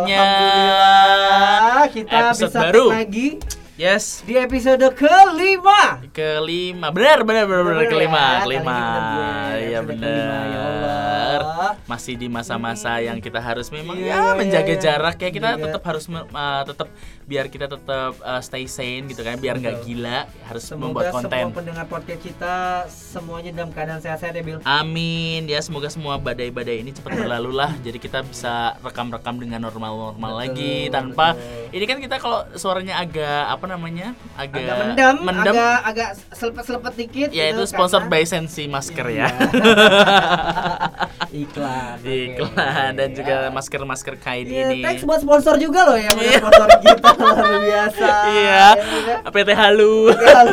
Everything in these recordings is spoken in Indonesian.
semuanya. Alhamdulillah kita Episode bisa baru lagi. Yes. Di episode kelima. Benar kelima. Iya benar. Masih di masa-masa yang kita harus memang menjaga jarak ya, kita tetap harus tetap biar kita tetap stay sane gitu kan, biar nggak gila, harus membuat konten. Semoga semua pendengar podcast kita semuanya dalam keadaan sehat-sehat ya, Bil. Amin ya, semoga semua badai-badai ini cepat berlalu lah, jadi kita bisa rekam-rekam dengan normal lagi tanpa ini kan kita kalau suaranya agak agak mendem, agak selepet dikit. Ya itu sponsor by Sensi masker ya. Iklan dan juga masker kain ini. Thanks buat sponsor juga loh ya, sponsor kita luar biasa. Iya. PT Halu.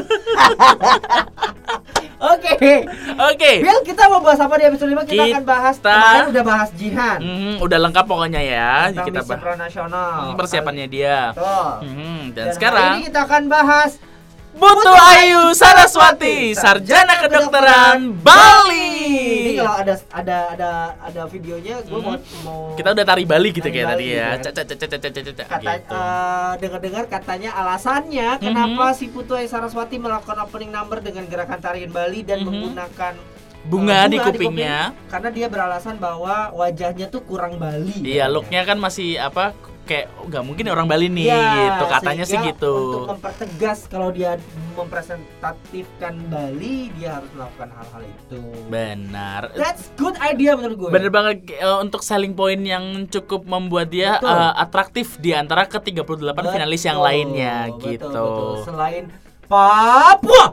Oke. Bil, kita mau bahas apa di episode 5? Kita akan bahas, kemarin udah bahas jihad. Udah lengkap pokoknya ya. Tentang Kita bahas nasional. Persiapannya dia. Dan sekarang hari ini kita akan bahas Putu Ayu Saraswati, sarjana kedokteran Bali. Ini kalau ada videonya, gue mau kita udah tari Bali gitu kayak tadi ya. Dengar-dengar katanya alasannya kenapa si Putu Ayu Saraswati melakukan opening number dengan gerakan tarian Bali dan menggunakan bunga di kupingnya. Karena dia beralasan bahwa wajahnya tuh kurang Bali. Iya, looknya kan masih kayak nggak mungkin orang Bali nih gitu, katanya sih gitu. Untuk mempertegas kalau dia mempresentatifkan Bali, dia harus melakukan hal-hal itu. Benar. That's good idea menurut gue. Bener banget, untuk selling point yang cukup membuat dia atraktif di antara ke-38 finalis yang lainnya gitu. Betul. Selain Papua.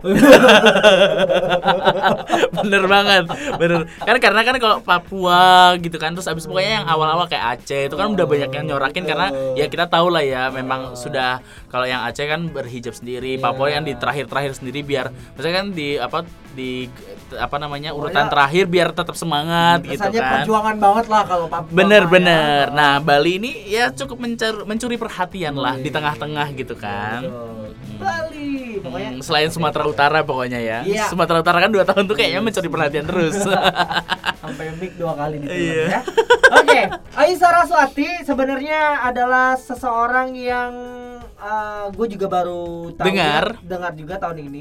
Bener banget. Karena kalau Papua gitu kan, terus abis pokoknya yang awal-awal kayak Aceh itu kan udah banyak yang nyorakin karena ya kita tahu lah ya, memang sudah kalau yang Aceh kan berhijab sendiri, Papua yang di terakhir sendiri biar misalnya kan di urutan terakhir biar tetap semangat gitu kan. Perjuangan banget lah kalau Papua. Bener. Nah, Bali ini ya cukup mencuri perhatian lah di tengah-tengah gitu kan. Bali pokoknya selain Sumatera Utara pokoknya ya. Sumatera Utara kan 2 tahun tuh kayaknya mencuri perhatian terus. Sampai mic 2 kali ditelan ya. Oke, Ayu Saraswati sebenarnya adalah seseorang yang gue juga baru tahu dengar juga tahun ini.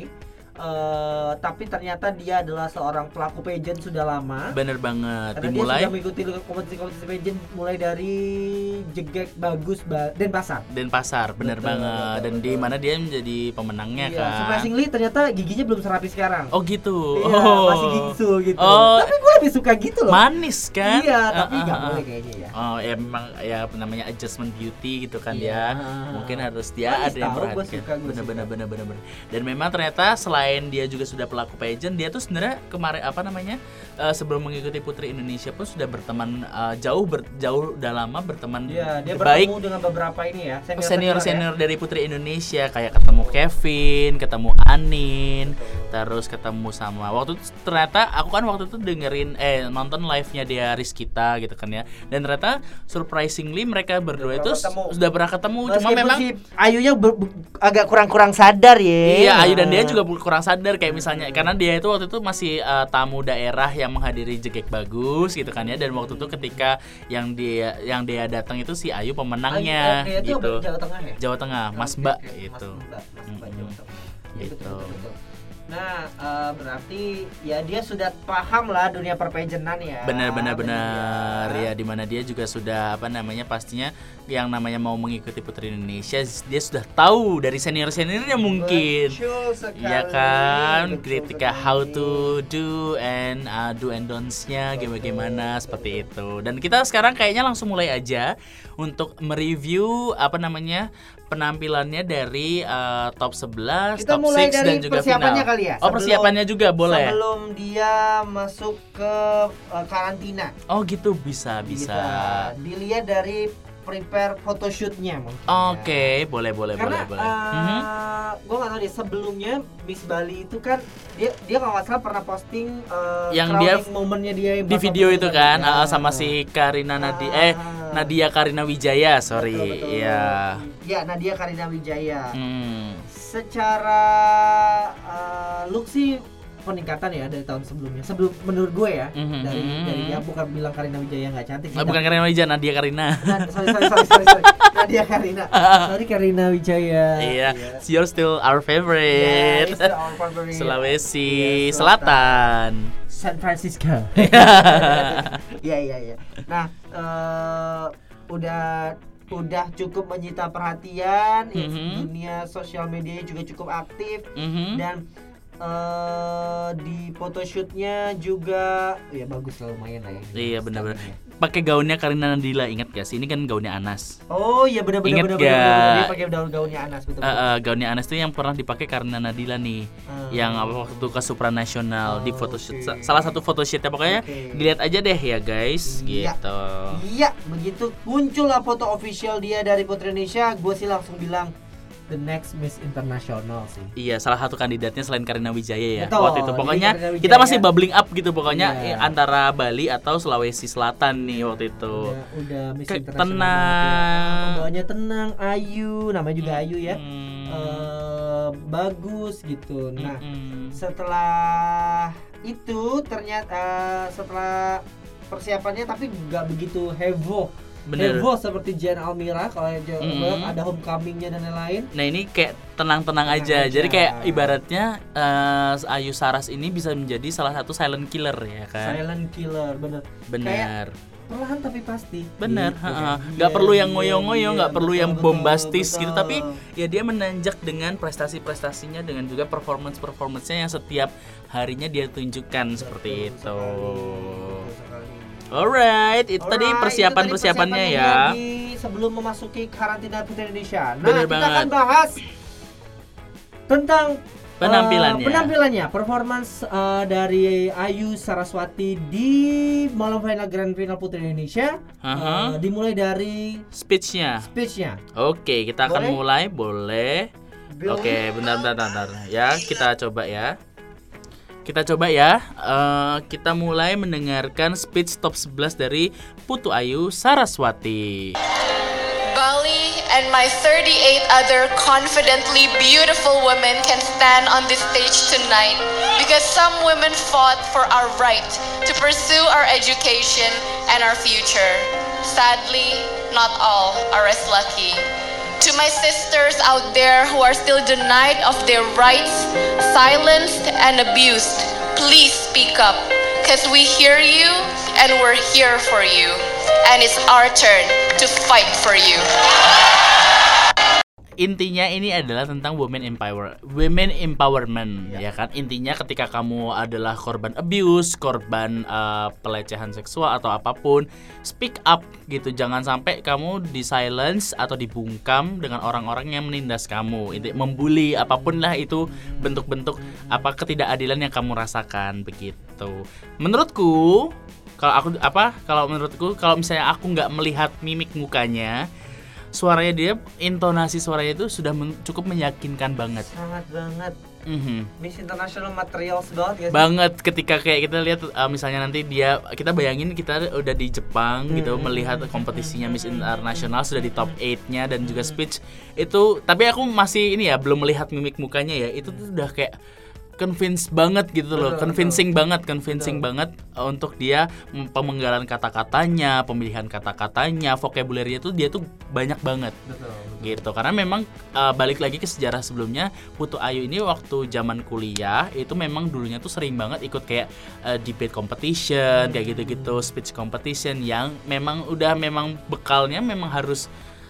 Tapi ternyata dia adalah seorang pelaku pageant sudah lama. Bener banget. Karena dia sudah mengikuti kompetisi pageant mulai dari Jegek Bagus Denpasar. Bener banget. Dan di mana dia menjadi pemenangnya kan. Surprisingly ternyata giginya belum serapi sekarang. Oh gitu. Iya, masih gingsu gitu. Tapi gue lebih suka gitu loh. Manis kan? Iya, tapi nggak boleh kayaknya ya. Oh ya, memang ya namanya adjustment beauty gitu kan ya. Mungkin harus dia ada yang perhatikan. Bener. Dan memang ternyata selain dia juga sudah pelaku pageant, dia tuh sebenarnya kemarin sebelum mengikuti Putri Indonesia pun sudah berteman jauh udah lama berteman. Iya, dia baik bertemu dengan beberapa ini ya, senior dari Putri Indonesia, kayak ketemu Kevin, ketemu Anin, terus ketemu sama waktu itu ternyata aku kan waktu itu nonton live-nya dia Rizkita gitu kan ya. Dan ternyata surprisingly mereka berdua itu sudah pernah ketemu. Cuma memang si Ayunya agak kurang sadar ya. Iya, Ayu dan dia juga kurang sadar kayak misalnya karena dia itu waktu itu masih tamu daerah yang menghadiri Jegek Bagus gitu kan ya. Dan waktu itu ketika yang dia datang itu si Ayu pemenangnya gitu. Jawa Tengah, Mas Mbak gitu. Gitu. Nah, berarti ya dia sudah paham lah dunia perpageantan ya. Benar. Ya, di mana dia juga sudah pastinya yang namanya mau mengikuti Putri Indonesia, dia sudah tahu dari seniornya mungkin. Ya kan, ketika how to do and don'ts-nya bagaimana seperti itu. Dan kita sekarang kayaknya langsung mulai aja untuk mereview penampilannya dari top 11, kita top 6 dan juga final. Kali ya? Persiapannya juga boleh. Sebelum dia masuk ke karantina. Oh gitu, bisa. Dilihat dari prepare photoshootnya mungkin. Oke, boleh. Karena gue nggak tahu deh, sebelumnya Miss Bali itu kan dia kalau nggak salah pernah posting yang dia momennya dia di video itu kan sama si Nadia Karina Wijaya, Iya, Nadia Karina Wijaya. Secara look sih peningkatan ya dari tahun sebelumnya. Sebelum menurut gue ya, dari ya bukan bilang Karina Wijaya nggak cantik. Bukan Karina Wijaya, Nadia Karina. Sorry. Nadia Karina. Sorry Karina Wijaya. Iya, you're still our favorite. Yeah, our favorite. Sulawesi Selatan. San Francisco. Iya. Nah, udah cukup menyita perhatian, dunia sosial media juga cukup aktif, dan di photoshootnya juga ya bagus lah, lumayan lah ya. Iya benar-benar. Pakai gaunnya Karina Nadila, ingat gak sih? Ini kan gaunnya Anas. Oh iya benar. Dia pakai gaunnya Anas, betul. Gaunnya Anas itu yang pernah dipakai Karina Nadila nih, yang waktu ke Supranasional di photoshoot. Salah satu photoshootnya pokoknya dilihat aja deh ya guys, gitu. Iya, begitu muncullah foto official dia dari Putri Indonesia, gue sih langsung bilang the next Miss International sih. Iya, salah satu kandidatnya selain Karina Wijaya ya. Betul, waktu itu pokoknya kita masih bubbling up gitu pokoknya, antara Bali atau Sulawesi Selatan nih waktu itu. Udah Miss International. Tenang. Pembawanya tenang, Ayu, namanya juga Ayu ya. Bagus gitu. Nah, setelah itu ternyata setelah persiapannya tapi nggak begitu heboh. Heboh seperti Jen Almira kalau ada homecomingnya dan lain-lain. Nah ini kayak tenang-tenang aja. Jadi kayak ibaratnya Ayu Saras ini bisa menjadi salah satu silent killer ya kan. Silent killer, bener. Kayak perlahan tapi pasti. Bener. Gak perlu yang ngoyo-ngoyo, gak perlu yang bombastis gitu. Tapi ya dia menanjak dengan prestasi-prestasinya, dengan juga performance-nya yang setiap harinya dia tunjukkan seperti itu. Alright, itu tadi persiapannya ya. Sebelum memasuki karantina Putri Indonesia. Nah, Bener kita banget. akan bahas tentang penampilannya, performance dari Ayu Saraswati di malam final Grand Final Putri Indonesia. Dimulai dari speechnya. Oke, kita akan mulai, boleh. Oke, bentar. Ya, kita coba ya. Kita mulai mendengarkan speech top 11 dari Putu Ayu Saraswati. Bali and my 38 other confidently beautiful women can stand on this stage tonight because some women fought for our right to pursue our education and our future. Sadly, not all are as lucky. To my sisters out there who are still denied of their rights, silenced and abused, please speak up, because we hear you and we're here for you. And it's our turn to fight for you. Intinya ini adalah tentang women empowerment ya kan. Intinya ketika kamu adalah korban abuse, korban pelecehan seksual atau apapun, speak up gitu. Jangan sampai kamu di silence atau dibungkam dengan orang-orang yang menindas kamu, membuli, apapun lah itu bentuk-bentuk ketidakadilan yang kamu rasakan begitu. Menurutku kalau misalnya aku nggak melihat mimik mukanya, suaranya dia, intonasi suaranya itu sudah cukup meyakinkan banget. Sangat banget. Miss International materials banget ya. Banget ketika kayak kita lihat misalnya nanti kita bayangin kita udah di Jepang gitu, melihat kompetisinya Miss International sudah di top 8-nya dan juga speech itu, tapi aku masih belum melihat mimik mukanya ya. Itu tuh udah kayak convince banget gitu loh, convincing banget untuk dia, pemenggalan kata-katanya, pemilihan kata-katanya, vocabulary dia tuh banyak banget. Gitu. Karena memang balik lagi ke sejarah sebelumnya, Putu Ayu ini waktu zaman kuliah itu memang dulunya tuh sering banget ikut kayak debate competition, kayak gitu-gitu, speech competition yang memang bekalnya memang harus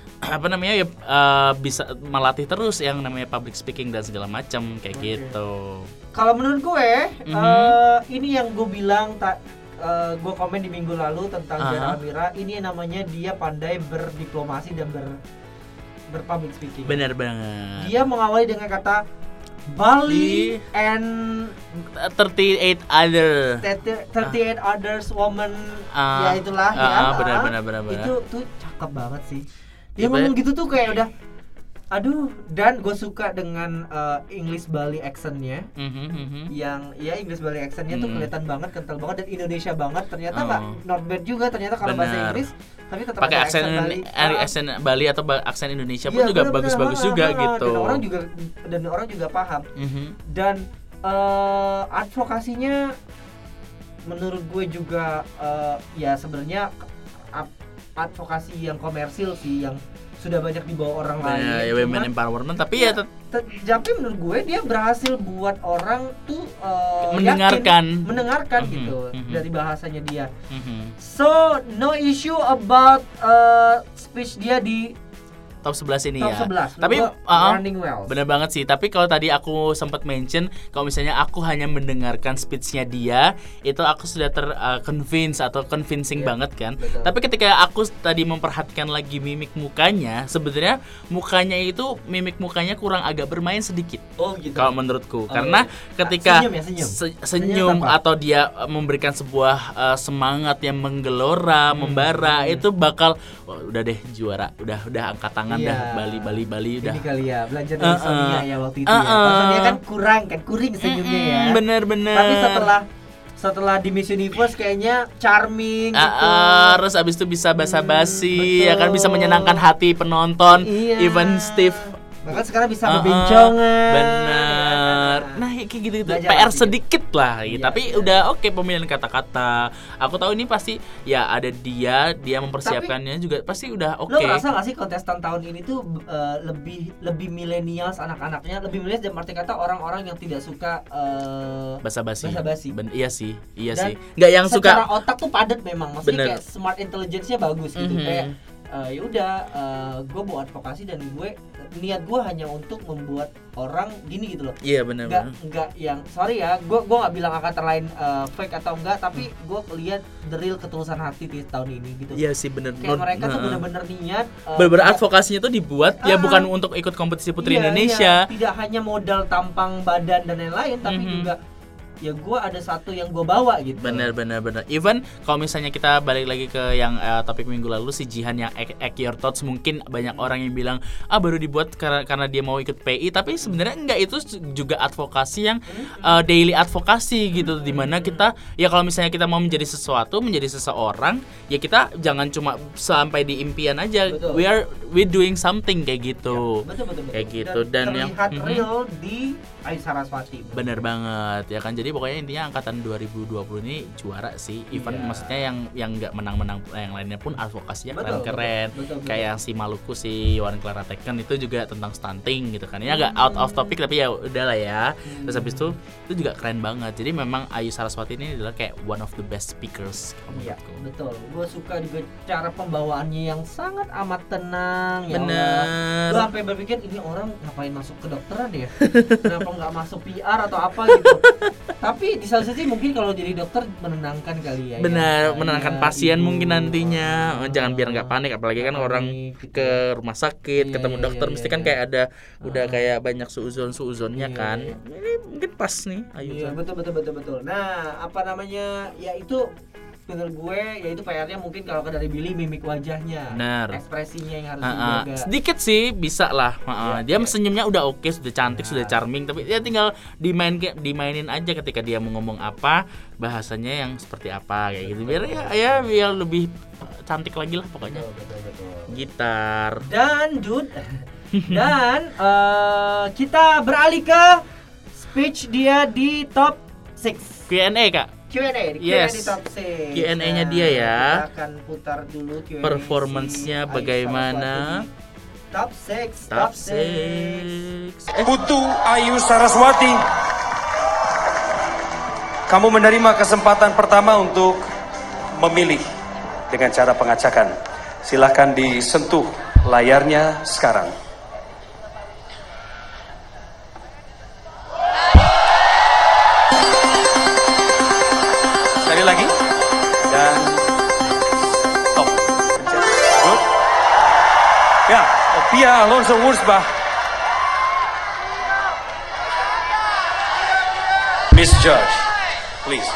bisa melatih terus yang namanya public speaking dan segala macam kayak gitu. Kalau menurut gue, ini yang gue bilang gue komen di minggu lalu tentang Jen Almira, ini namanya dia pandai berdiplomasi dan berpublic speaking. Benar banget. Dia mengawali dengan kata Bali and 38 others women, ya itulah benar. Itu tuh cakep banget sih. Dia ngomong gitu tuh kayak udah, aduh. Dan gue suka dengan English Bali accent-nya, yang ya English Bali accent-nya tuh kelihatan banget, kental banget dan Indonesia banget. Ternyata not bad juga ternyata kalau bahasa Inggris, tapi tetap pakai aksen Bali atau aksen Indonesia pun juga bagus-bagus juga gitu. Dan orang juga paham. Dan advokasinya menurut gue juga ya sebenarnya advokasi yang komersil sih, yang sudah banyak dibawa orang lain. Ya women empowerment, tapi ya tapi menurut gue dia berhasil buat orang tuh mendengarkan gitu dari bahasanya dia. So no issue about speech dia di top 11 ini top ya. 11. Tapi running well. Bener banget sih. Tapi kalau tadi aku sempat mention kalau misalnya aku hanya mendengarkan speech-nya dia, itu aku sudah convince atau convincing banget kan. Betul. Tapi ketika aku tadi memperhatikan lagi mimik mukanya, sebenarnya mukanya itu mimik mukanya kurang agak bermain sedikit. Oh gitu. Kalau menurutku. Karena ketika senyum atau dia memberikan sebuah semangat yang menggelora, membara, itu bakal udah deh juara, udah angkat tangan dah, Bali udah. Ini kali ya, belajar dari Sonia ya waktu itu ya. Sonia kan kuring senyumnya ya. Bener. Tapi setelah di Miss Universe kayaknya charming gitu. Terus abis itu bisa basa-basi, ya kan, bisa menyenangkan hati penonton. Even Steve bahkan sekarang bisa berbencongan. Bener. Nah kayak gitu. PR sedikit lah gitu. Tapi udah oke pemilihan kata-kata. Aku tahu ini pasti ya ada dia mempersiapkannya juga pasti udah oke. Lo ngerasa gak sih kontestan tahun ini tuh lebih millennials anak-anaknya, lebih millennials dalam arti kata orang-orang yang tidak suka basa-basi. Iya sih. Nggak yang suka. Secara otak tuh padat memang. Maksudnya kayak smart intelligence-nya bagus gitu. Kayak ya udah gue mau advokasi dan niat gue hanya untuk membuat orang gini gitu loh. Iya benar. Nggak yang sorry ya, gue nggak bilang angkatan lain fake atau enggak, tapi gue lihat the real ketulusan hati di tahun ini gitu. Iya sih benar. Kayak mereka tuh benar-benar niat. Benar-benar advokasinya tuh dibuat ya bukan untuk ikut kompetisi Putri Indonesia. Iya, tidak hanya modal tampang badan dan lain-lain, tapi juga ya gue ada satu yang gue bawa gitu. Bener. Even kalau misalnya kita balik lagi ke yang topik minggu lalu, si Jihan yang Act Your Thoughts, mungkin banyak orang yang bilang baru dibuat karena dia mau ikut PI, tapi sebenarnya enggak, itu juga advokasi yang daily advokasi gitu, dimana kita ya kalau misalnya kita mau menjadi seseorang, ya kita jangan cuma sampai di impian aja. Betul. We doing something kayak gitu. Ya, betul. Kayak gitu dan terlihat yang real di Ayu Saraswati. Bener banget ya kan. Jadi pokoknya intinya angkatan 2020 ini juara sih. Even maksudnya yang nggak menang-menang yang lainnya pun advokasinya keren-keren. Betul. Kayak yang si Maluku, si Wan Clara Tekken itu juga tentang stunting gitu kan. Ini agak out of topic tapi ya udahlah ya. Terus habis itu juga keren banget. Jadi memang Ayu Saraswati ini adalah kayak one of the best speakers. Iya, betul. Gue suka juga cara pembawaannya yang sangat amat tenang. Bener. Gue sampai berpikir ini orang ngapain masuk ke dokteran ya? Kenapa nggak masuk PR atau apa gitu? Tapi di salah satu mungkin kalau jadi dokter menenangkan kali ya. Benar, menenangkan pasien mungkin nantinya. Jangan biar nggak panik, apalagi kan orang ke rumah sakit ketemu dokter mesti kan kayak ada udah kayak banyak suuzon-suuzonnya kan. Ini mungkin pas nih Ayu. Iya, betul. Nah, apa namanya? Ya itu menurut gue ya itu PR-nya mungkin kalau dari Billy mimik wajahnya, ekspresinya yang harus dijaga. Sedikit sih bisa lah. Dia senyumnya udah oke, sudah cantik, sudah charming, tapi dia tinggal dimainin aja ketika dia mau ngomong apa, bahasanya yang seperti apa kayak gitu. Biar ya lebih cantik lagi lah pokoknya. Betul. Gitar. Dan kita beralih ke speech dia di top 6. Q&A Kak. Q&A di top 6. Q&A-nya dia ya. Kita akan putar dulu Q&A. Performance-nya bagaimana? Top 6. Putu Ayu Saraswati, kamu menerima kesempatan pertama untuk memilih dengan cara pengacakan. Silakan disentuh layarnya sekarang. Sekali lagi. Dan stop. Good. Ya, Pia Alonso Wurzbach. Miss Judge, please.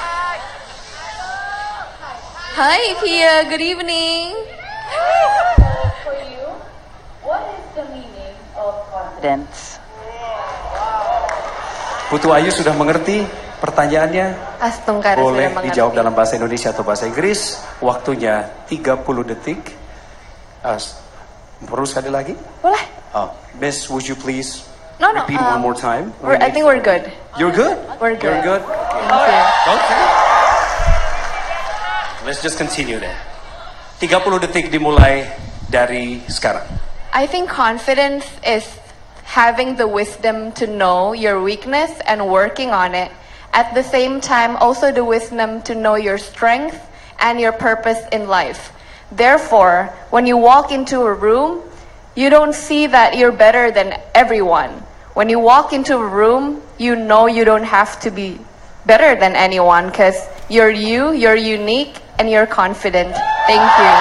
Hi, Pia. Good evening. For you, what is the meaning of confidence? Putu Ayu sudah mengerti pertanyaannya? Boleh dijawab dalam bahasa Indonesia atau bahasa Inggris. Waktunya 30 detik. Perlu sekali lagi? Boleh. Miss, would you please No. Repeat one more time. I think we're good. You're good? We're good. You're good? Thank you. Okay. Let's just continue then. 30 detik dimulai dari sekarang. I think confidence is having the wisdom to know your weakness and working on it. At the same time, also the wisdom to know your strength and your purpose in life. Therefore, when you walk into a room, you don't see that you're better than everyone. When you walk into a room, you know you don't have to be better than anyone because you're you, you're unique, and you're confident. Thank you.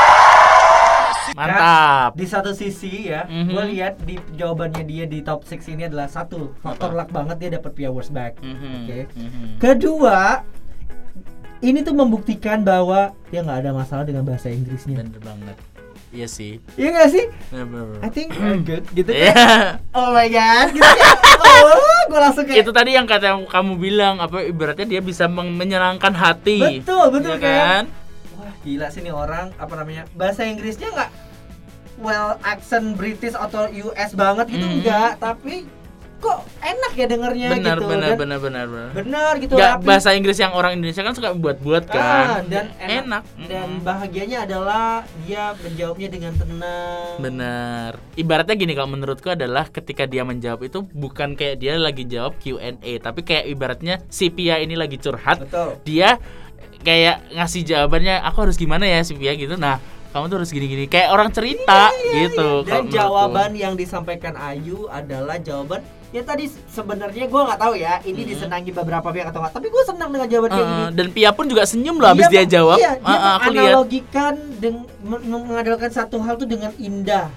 Mantap. Di satu sisi ya, gue lihat di jawabannya dia di top 6 ini adalah satu, faktor luck banget dia dapat Pia Wurtzbach. Oke. Kedua, ini tuh membuktikan bahwa dia nggak ada masalah dengan bahasa Inggrisnya. Bener banget. Iya sih. Iya nggak sih? Bener. I think we're good gitu kan. Oh my god, gitu kan. Gue langsung kayak itu tadi yang kata kamu bilang, apa ibaratnya dia bisa menyenangkan hati. Betul ya kan? Wah, gila sih nih orang, apa namanya? Bahasa Inggrisnya nggak accent British atau US banget gitu enggak, tapi kok enak ya dengernya gitu. Benar gitu. Gak bahasa Inggris yang orang Indonesia kan suka buat-buat kan. Dan enak. Dan bahagianya adalah dia menjawabnya dengan tenang. Bener. Ibaratnya gini kalau menurutku adalah ketika dia menjawab itu bukan kayak dia lagi jawab Q&A, tapi kayak ibaratnya si Pia ini lagi curhat. Betul. Dia kayak ngasih jawabannya, aku harus gimana ya si Pia gitu. Nah, kamu tuh harus gini-gini kayak orang cerita gitu. Dan jawaban yang disampaikan Ayu adalah jawaban ya tadi sebenarnya gue nggak tahu ya ini disenangi beberapa pihak atau nggak, tapi gue senang dengan jawaban kayak gini. Dan Pia pun juga senyum loh habis dia jawab. Iya, dia aku menganalogikan mengandalkan satu hal tuh dengan indah.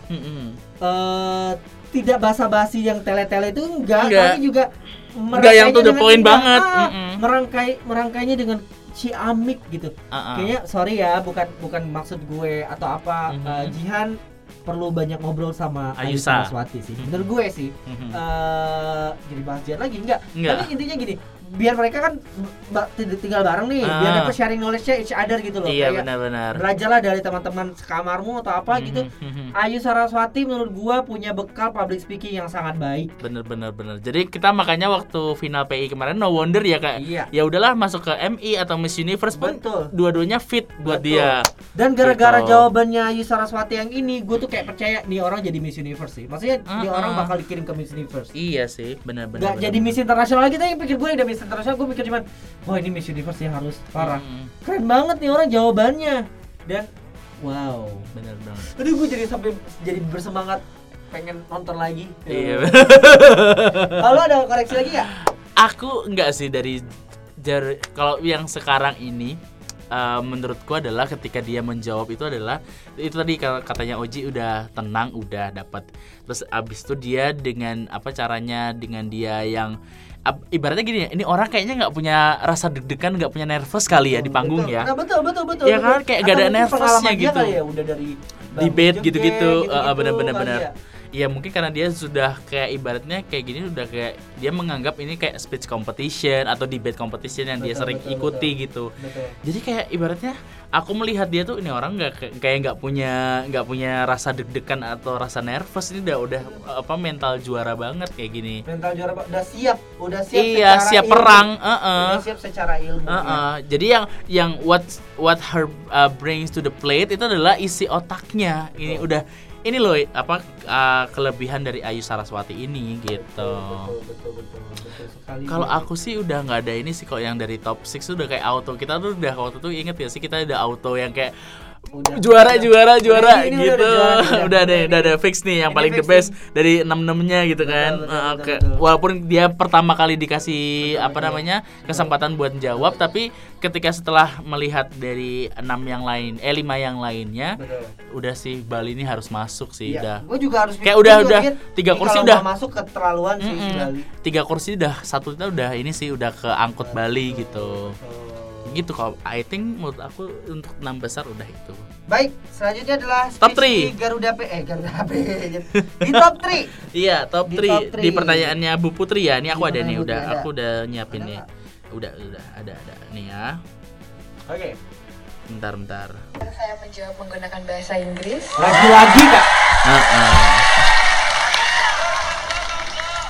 Tidak basa-basi yang tele-tele itu enggak. Tapi juga enggak yang to the point banget. Merangkainya dengan ciamik gitu. Kayaknya sorry ya, bukan maksud gue atau apa. Jihan perlu banyak ngobrol sama Ayu Saraswati sih. Menurut gue sih. Jadi bahas Jihan lagi enggak. Tapi intinya gini, biar mereka kan tinggal bareng nih, biar dapat sharing knowledge-nya each other gitu loh. Iya, benar-benar. Belajarlah dari teman-teman sekamarmu atau apa gitu. Ayu Saraswati menurut gua punya bekal public speaking yang sangat baik. Bener. Jadi kita makanya waktu final PI kemarin no wonder ya Kak. Iya. Ya udahlah masuk ke MI atau Miss Universe pun dua-duanya fit buat dia. Dan gara-gara jawabannya Ayu Saraswati yang ini, gua tuh kayak percaya nih orang jadi Miss Universe sih. Maksudnya nih orang bakal dikirim ke Miss Universe. Iya sih, benar. Gak jadi Miss Internasional lagi, tapi pikir gue udah Miss Internasional, gue mikir cuman wah ini Miss Universe yang harus parah. Keren banget nih orang jawabannya. Dan wow, benar banget. Aduh, gue jadi bersemangat pengen nonton lagi. Iya. Kalau ada koreksi lagi nggak? Aku enggak sih kalau yang sekarang ini. Menurutku adalah ketika dia menjawab itu tadi katanya Oji udah tenang, udah dapat. Terus abis itu dia dengan apa caranya, dengan dia yang ibaratnya gini ya, ini orang kayaknya nggak punya rasa deg-degan, nggak punya nervous kali ya di panggung ya. Nah, betul. Ya kan kayak gak ada nervousnya gitu. Ya, udah dari debate gitu-gitu. Benar. Ya mungkin karena dia sudah kayak ibaratnya kayak gini, udah kayak dia menganggap ini kayak speech competition atau debate competition yang dia sering ikuti gitu. Jadi kayak ibaratnya aku melihat dia tuh ini orang nggak punya rasa deg-degan atau rasa nervous. Ini udah mental juara banget kayak gini. Mental juara udah siap. Iya, siap perang. Udah siap secara ilmu. Jadi yang what her brings to the plate itu adalah isi otaknya. Ini udah ini loh kelebihan dari Ayu Saraswati ini gitu. Betul sekali. Kalau aku sih udah nggak ada ini sih, kok yang dari top 6 udah kayak auto. Kita tuh udah waktu itu inget ya sih, kita udah auto yang kayak juara gitu. Udah ada fix nih yang paling the best dari 6-6-nya gitu kan. Betul. Walaupun dia pertama kali dikasih kesempatan buat jawab, tapi ketika setelah melihat dari 5 yang lainnya, udah sih Bali ini harus masuk sih. Udah. Gue juga harus kayak udah 3 kursi udah masuk keterlaluan sih Bali. 3 kursi udah satu kita udah ini sih udah keangkut Bali gitu. Gitu kalau I think menurut aku untuk 6 besar udah itu. Baik, selanjutnya adalah top 3 Garuda P. Di top 3. Iya, top 3 di pertanyaannya Bu Putri ya. Ini aku ada nih, aku udah nyiapin nih. Udah ada nih ya. Oke. Bentar. Saya menjawab menggunakan bahasa Inggris. Lagi-lagi Kak.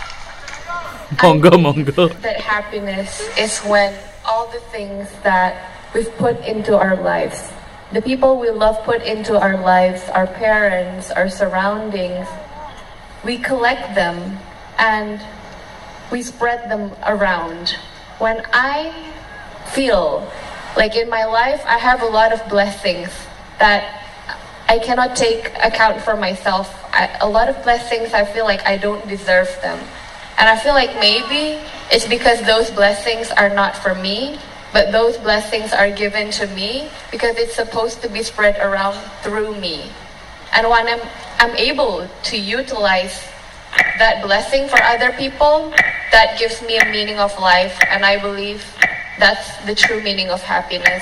Monggo. That happiness is when all the things that we've put into our lives, the people we love put into our lives, our parents, our surroundings, we collect them and we spread them around. When I feel like in my life I have a lot of blessings that I cannot take account for myself, a lot of blessings I feel like I don't deserve them. And I feel like maybe it's because those blessings are not for me, but those blessings are given to me because it's supposed to be spread around through me. And when I'm able to utilize that blessing for other people, that gives me a meaning of life, and I believe that's the true meaning of happiness.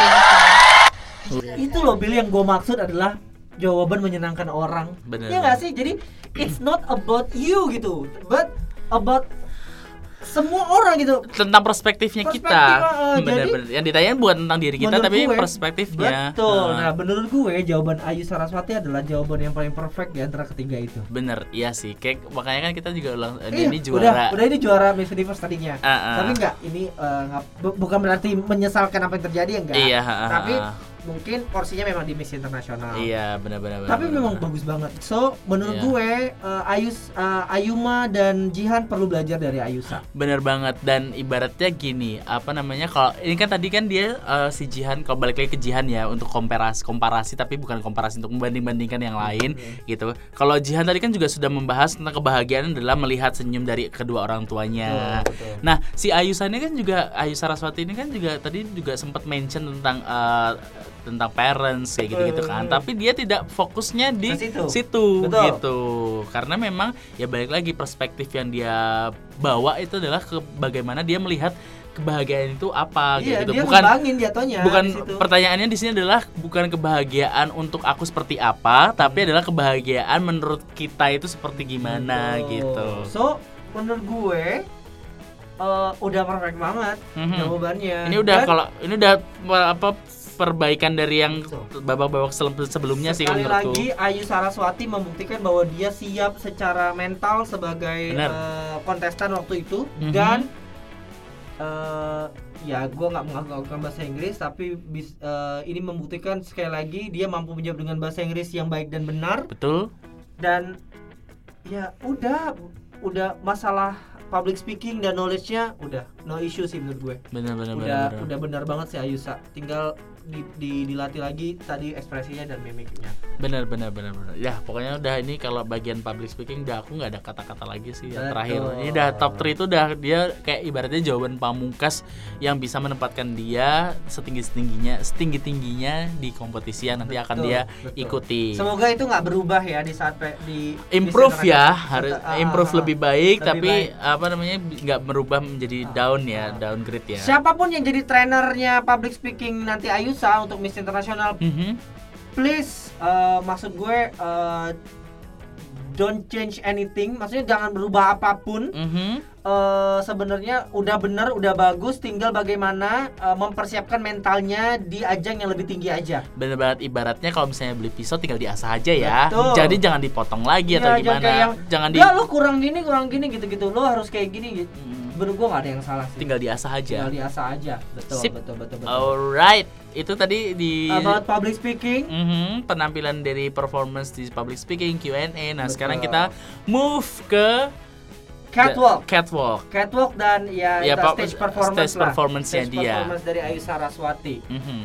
Itu loh Bill, yang gue maksud adalah jawaban menyenangkan orang. Bener. Ya nggak sih? Jadi it's not about you gitu, but about semua orang gitu. Tentang perspektifnya kita. Bener-bener. Yang ditanyain bukan tentang diri kita, tapi perspektifnya. Betul. Nah, menurut gue jawaban Ayu Saraswati adalah jawaban yang paling perfect di antara ketiga itu. Bener, iya sih. Kayak makanya kan kita juga ini juara. Udah ini juara Miss Universe tadinya. Tapi enggak, ini bukan berarti menyesalkan apa yang terjadi, enggak. Iya, tapi mungkin porsinya memang di Miss Internasional. Iya, benar. Tapi memang bagus banget. So, menurut gue Ayuma dan Jihan perlu belajar dari Ayusa. Bener banget. Dan ibaratnya gini, kalau ini kan tadi kan dia si Jihan, kalau balik lagi ke Jihan ya, untuk komparasi tapi bukan komparasi untuk membanding-bandingkan yang lain gitu. Kalau Jihan tadi kan juga sudah membahas tentang kebahagiaan adalah melihat senyum dari kedua orang tuanya. Betul. Nah, si Ayusa ini kan juga, Ayu Saraswati ini kan juga tadi juga sempat mention tentang parents kayak gitu kan, tapi dia tidak fokusnya di situ gitu, karena memang ya balik lagi perspektif yang dia bawa itu adalah bagaimana dia melihat kebahagiaan itu apa gitu. Bukan pertanyaannya di sini adalah bukan kebahagiaan untuk aku seperti apa, tapi adalah kebahagiaan menurut kita itu seperti gimana gitu. So menurut gue udah perfect banget jawabannya. Ini udah perbaikan dari yang babak-babak sebelumnya sih menurutku. Sekali lagi Ayu Saraswati membuktikan bahwa dia siap secara mental sebagai kontestan waktu itu. Dan ya gue nggak mengaku bahasa Inggris, tapi ini membuktikan sekali lagi dia mampu menjawab dengan bahasa Inggris yang baik dan benar. Betul. Dan ya udah masalah public speaking dan knowledge-nya udah no issue sih menurut gue. Benar. Udah benar banget sih Ayusa. Tinggal dilatih lagi tadi ekspresinya dan mimiknya. Benar. Ya pokoknya udah, ini kalau bagian public speaking udah aku nggak ada kata-kata lagi sih yang terakhir. Ini udah top 3 itu udah dia kayak ibaratnya jawaban pamungkas yang bisa menempatkan dia setinggi-tingginya di kompetisi yang nanti akan dia ikuti. Semoga itu nggak berubah ya di saat di improve ya, harus improve lebih baik, tapi nggak merubah menjadi downgrade ya. Siapapun yang jadi trainernya public speaking nanti Ayusa untuk Miss Internasional, please, maksud gue don't change anything, maksudnya jangan berubah apapun. Sebenarnya udah bener, udah bagus, tinggal bagaimana mempersiapkan mentalnya di ajang yang lebih tinggi aja. Bener banget, ibaratnya kalau misalnya beli pisau tinggal diasah aja ya. Betul. Jadi jangan dipotong lagi atau gimana. Lo kurang gini gitu-gitu, lo harus kayak gini gitu. Menurut gue gak ada yang salah sih. Tinggal diasah aja. Betul. Alright, itu tadi di about public speaking. Penampilan dari performance di public speaking, Q&A. Nah, sekarang kita move ke Catwalk dan stage performance-nya dia. Performance dari Ayu Saraswati.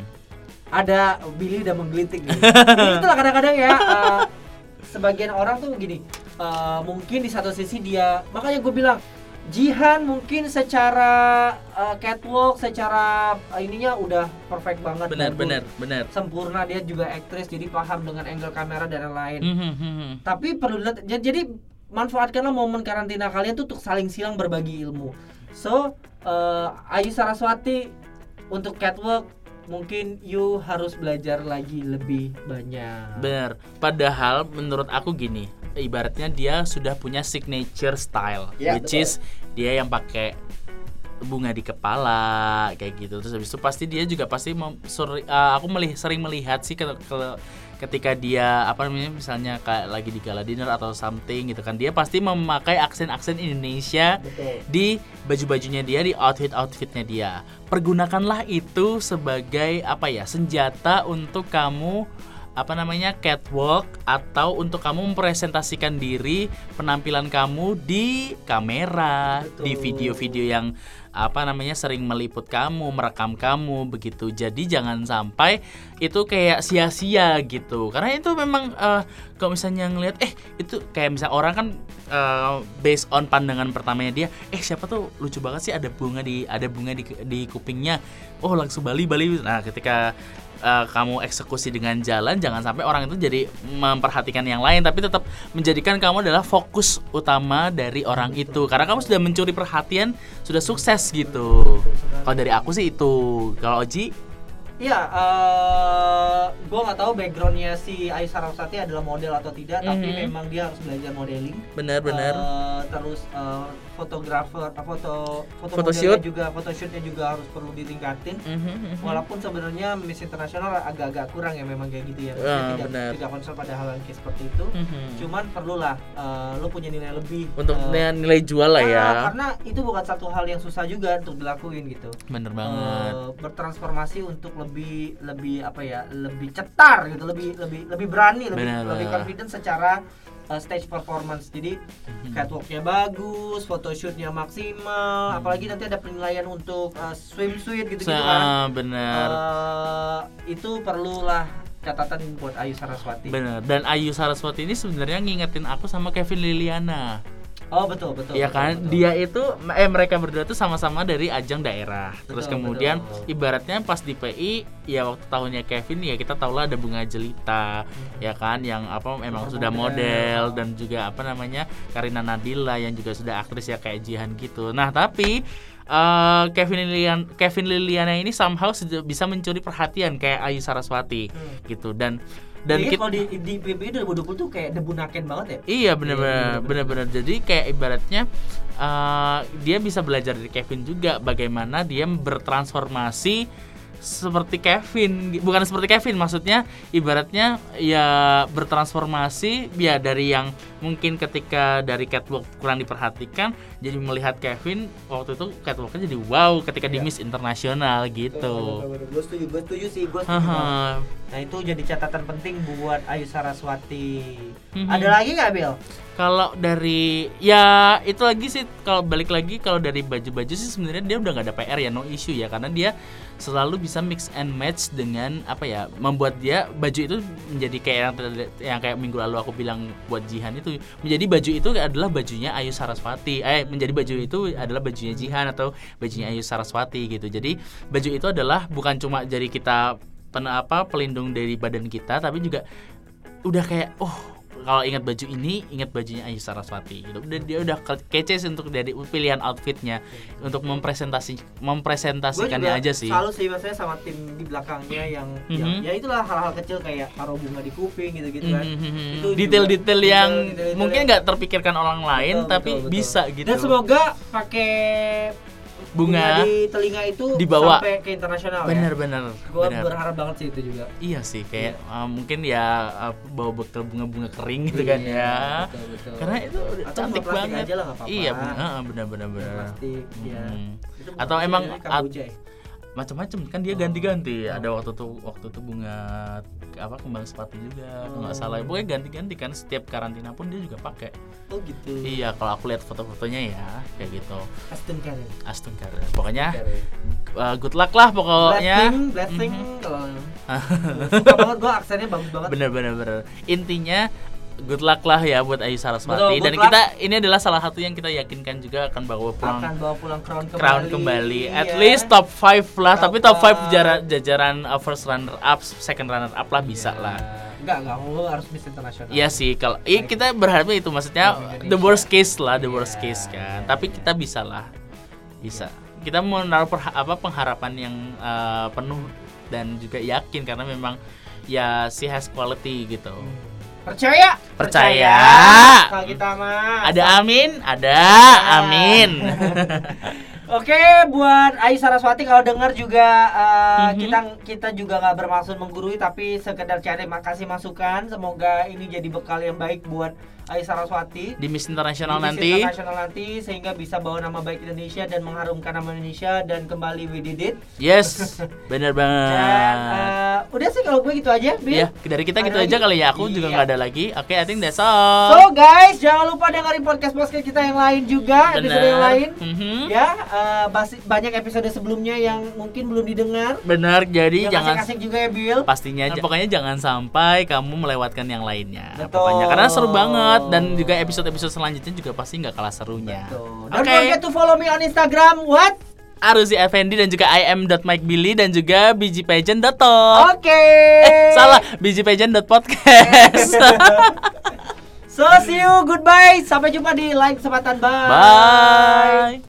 Ada Billy udah menggelitik nih. Itulah kadang-kadang ya sebagian orang tuh gini, mungkin di satu sisi dia, makanya gue bilang Jihan mungkin secara catwalk, secara ininya udah perfect banget. Benar. Sempurna, dia juga aktris jadi paham dengan angle kamera dan lain-lain. Tapi perlu dilihat, jadi manfaatkanlah momen karantina kalian tuh untuk saling silang berbagi ilmu. So, Ayu Saraswati untuk catwalk mungkin you harus belajar lagi lebih banyak. Benar. Padahal menurut aku gini, ibaratnya dia sudah punya signature style, which is dia yang pakai bunga di kepala kayak gitu. Terus habis itu pasti dia juga pasti aku sering melihat sih ketika dia misalnya kayak lagi di gala dinner atau something gitu kan, dia pasti memakai aksen-aksen Indonesia. Betul. Di baju-bajunya dia, di outfitnya dia. Pergunakanlah itu sebagai senjata untuk kamu catwalk, atau untuk kamu mempresentasikan diri, penampilan kamu di kamera. Betul. Di video-video yang sering meliput kamu, merekam kamu begitu. Jadi jangan sampai itu kayak sia-sia gitu. Karena itu memang kalau misalnya ngelihat itu kayak misalnya orang kan based on pandangan pertamanya dia, siapa tuh lucu banget sih, ada bunga di kupingnya. Oh, langsung Bali. Nah, ketika kamu eksekusi dengan jalan, jangan sampai orang itu jadi memperhatikan yang lain, tapi tetap menjadikan kamu adalah fokus utama dari orang itu. Karena kamu sudah mencuri perhatian, sudah sukses gitu. Kalau dari aku sih itu. Kalau Oji? Iya, gue nggak tahu backgroundnya si Ayu Saraswati adalah model atau tidak, tapi memang dia harus belajar modeling. Benar. Terus fotografer, photoshoot juga, photoshootnya juga harus perlu ditingkatin. Walaupun sebenarnya Miss International agak kurang ya memang kayak gitu ya. Tidak konsen pada hal yang kayak seperti itu. Cuman perlulah lo punya nilai lebih untuk nilai jual lah ya. Karena itu bukan satu hal yang susah juga untuk dilakuin gitu. Bener banget. Bertransformasi untuk lebih cetar gitu, lebih berani, lebih confident secara stage performance. Jadi catwalknya bagus, photoshootnya maksimal, apalagi nanti ada penilaian untuk swimsuit gitu kan. Benar. Itu perlulah catatan buat Ayu Saraswati. Benar. Dan Ayu Saraswati ini sebenarnya ngingetin aku sama Kevin Liliana. Oh betul. Iya kan, betul. Dia itu mereka berdua tuh sama-sama dari ajang daerah. Terus kemudian ibaratnya pas di PI ya waktu tahunnya Kevin ya kita tahu lah ada Bunga Jelita, ya kan, yang memang sudah model, dan juga Karina Nadila yang juga sudah aktris ya kayak Jihan gitu. Nah tapi Kevin Liliana ini somehow bisa mencuri perhatian kayak Ayu Saraswati gitu. Dan jadi kalau di PBI 2020 tuh kayak debu naken banget ya? Iya benar. Jadi kayak ibaratnya dia bisa belajar dari Kevin juga bagaimana dia bertransformasi seperti Kevin, bukan seperti Kevin, maksudnya ibaratnya ya bertransformasi ya dari yang mungkin ketika dari catwalk kurang diperhatikan, jadi melihat Kevin waktu itu catwalknya jadi wow ketika di Miss Internasional gitu. Gue setuju sih. Nah itu jadi catatan penting buat Ayu Saraswati. Ada lagi nggak, Bill? Kalau dari ya itu lagi sih, kalau balik lagi kalau dari baju-baju sih sebenarnya dia udah nggak ada PR ya, no issue ya, karena dia selalu bisa mix and match dengan membuat dia baju itu menjadi kayak yang kayak minggu lalu aku bilang buat Jihan itu, menjadi baju itu adalah bajunya Ayu Saraswati. Menjadi baju itu adalah bajunya Jihan atau bajunya Ayu Saraswati gitu. Jadi baju itu adalah bukan cuma jadi kita pelindung dari badan kita, tapi juga udah kayak kalau ingat baju ini, ingat bajunya Ayu Saraswati gitu. Dia udah kece sih untuk dari pilihan outfitnya, untuk mempresentasikannya aja sih. Selalu sih biasanya sama tim di belakangnya yang ya itulah hal-hal kecil kayak taruh bunga di kuping gitu kan. Itu detail-detail yang mungkin nggak terpikirkan orang lain, tapi bisa gitu. Dan semoga pakai bunga di telinga itu dibawa sampai ke internasional. Bener. Gue berharap banget sih itu juga. Iya sih, kayak mungkin ya bawa bekal bunga-bunga kering gitu kan ya. Betul. Karena itu cantik banget. Aja lah, gak apa-apa. Iya benar. Plastik, ya. Atau emang macam-macam kan dia ganti-ganti. Ada waktu tuh bunga kembang sepatu juga kalau nggak salah. Pokoknya ganti-ganti kan, setiap karantina pun dia juga pakai. Oh gitu. Iya, kalau aku lihat foto-fotonya ya kayak gitu. Aston Karen. Pokoknya good luck lah pokoknya. Blessing kalau suka banget gue, aksennya bagus banget. Bener. Intinya good luck lah ya buat Ayu Saraswati. Dan kita ini adalah salah satu yang kita yakinkan juga akan bawa pulang crown kembali. At least top 5 lah, tapi top 5 jajaran first runner up, second runner up lah bisa lah. Enggak harus Miss Internasional. Iya sih, kalau kita berharapnya itu, maksudnya the worst case kan. Tapi kita bisa lah. Bisa. Kita mau naruh pengharapan yang penuh dan juga yakin, karena memang ya she has quality gitu. Percaya. Kalau kita mah ada amin. Oke, buat Ayu Saraswati kalau dengar juga kita juga nggak bermaksud menggurui tapi sekedar cari makasih masukan. Semoga ini jadi bekal yang baik buat Ayu Saraswati di Miss International nanti sehingga bisa bawa nama baik Indonesia dan mengharumkan nama Indonesia dan kembali we did it. Yes, benar banget. Dan udah sih kalau gue gitu aja, Bil. Ya, dari kita gitu aja kali ya. Aku juga nggak ada lagi. Oke, I think that's all. So guys, jangan lupa dengerin podcast kita yang lain juga, episode yang lain. Ya, banyak episode sebelumnya yang mungkin belum didengar. Benar, jadi jangan asik juga ya, Bil. Pastinya pokoknya jangan sampai kamu melewatkan yang lainnya. Betul. Pokoknya karena seru banget dan juga episode-episode selanjutnya juga pasti nggak kalah serunya. Don't forget to follow me on Instagram. What? Aruzi Effendi dan juga im.mikebilly dan juga bgpageant.talk. Oke. Salah, bgpageant.podcast. So see you, goodbye. Sampai jumpa di lain kesempatan. Bye. Bye.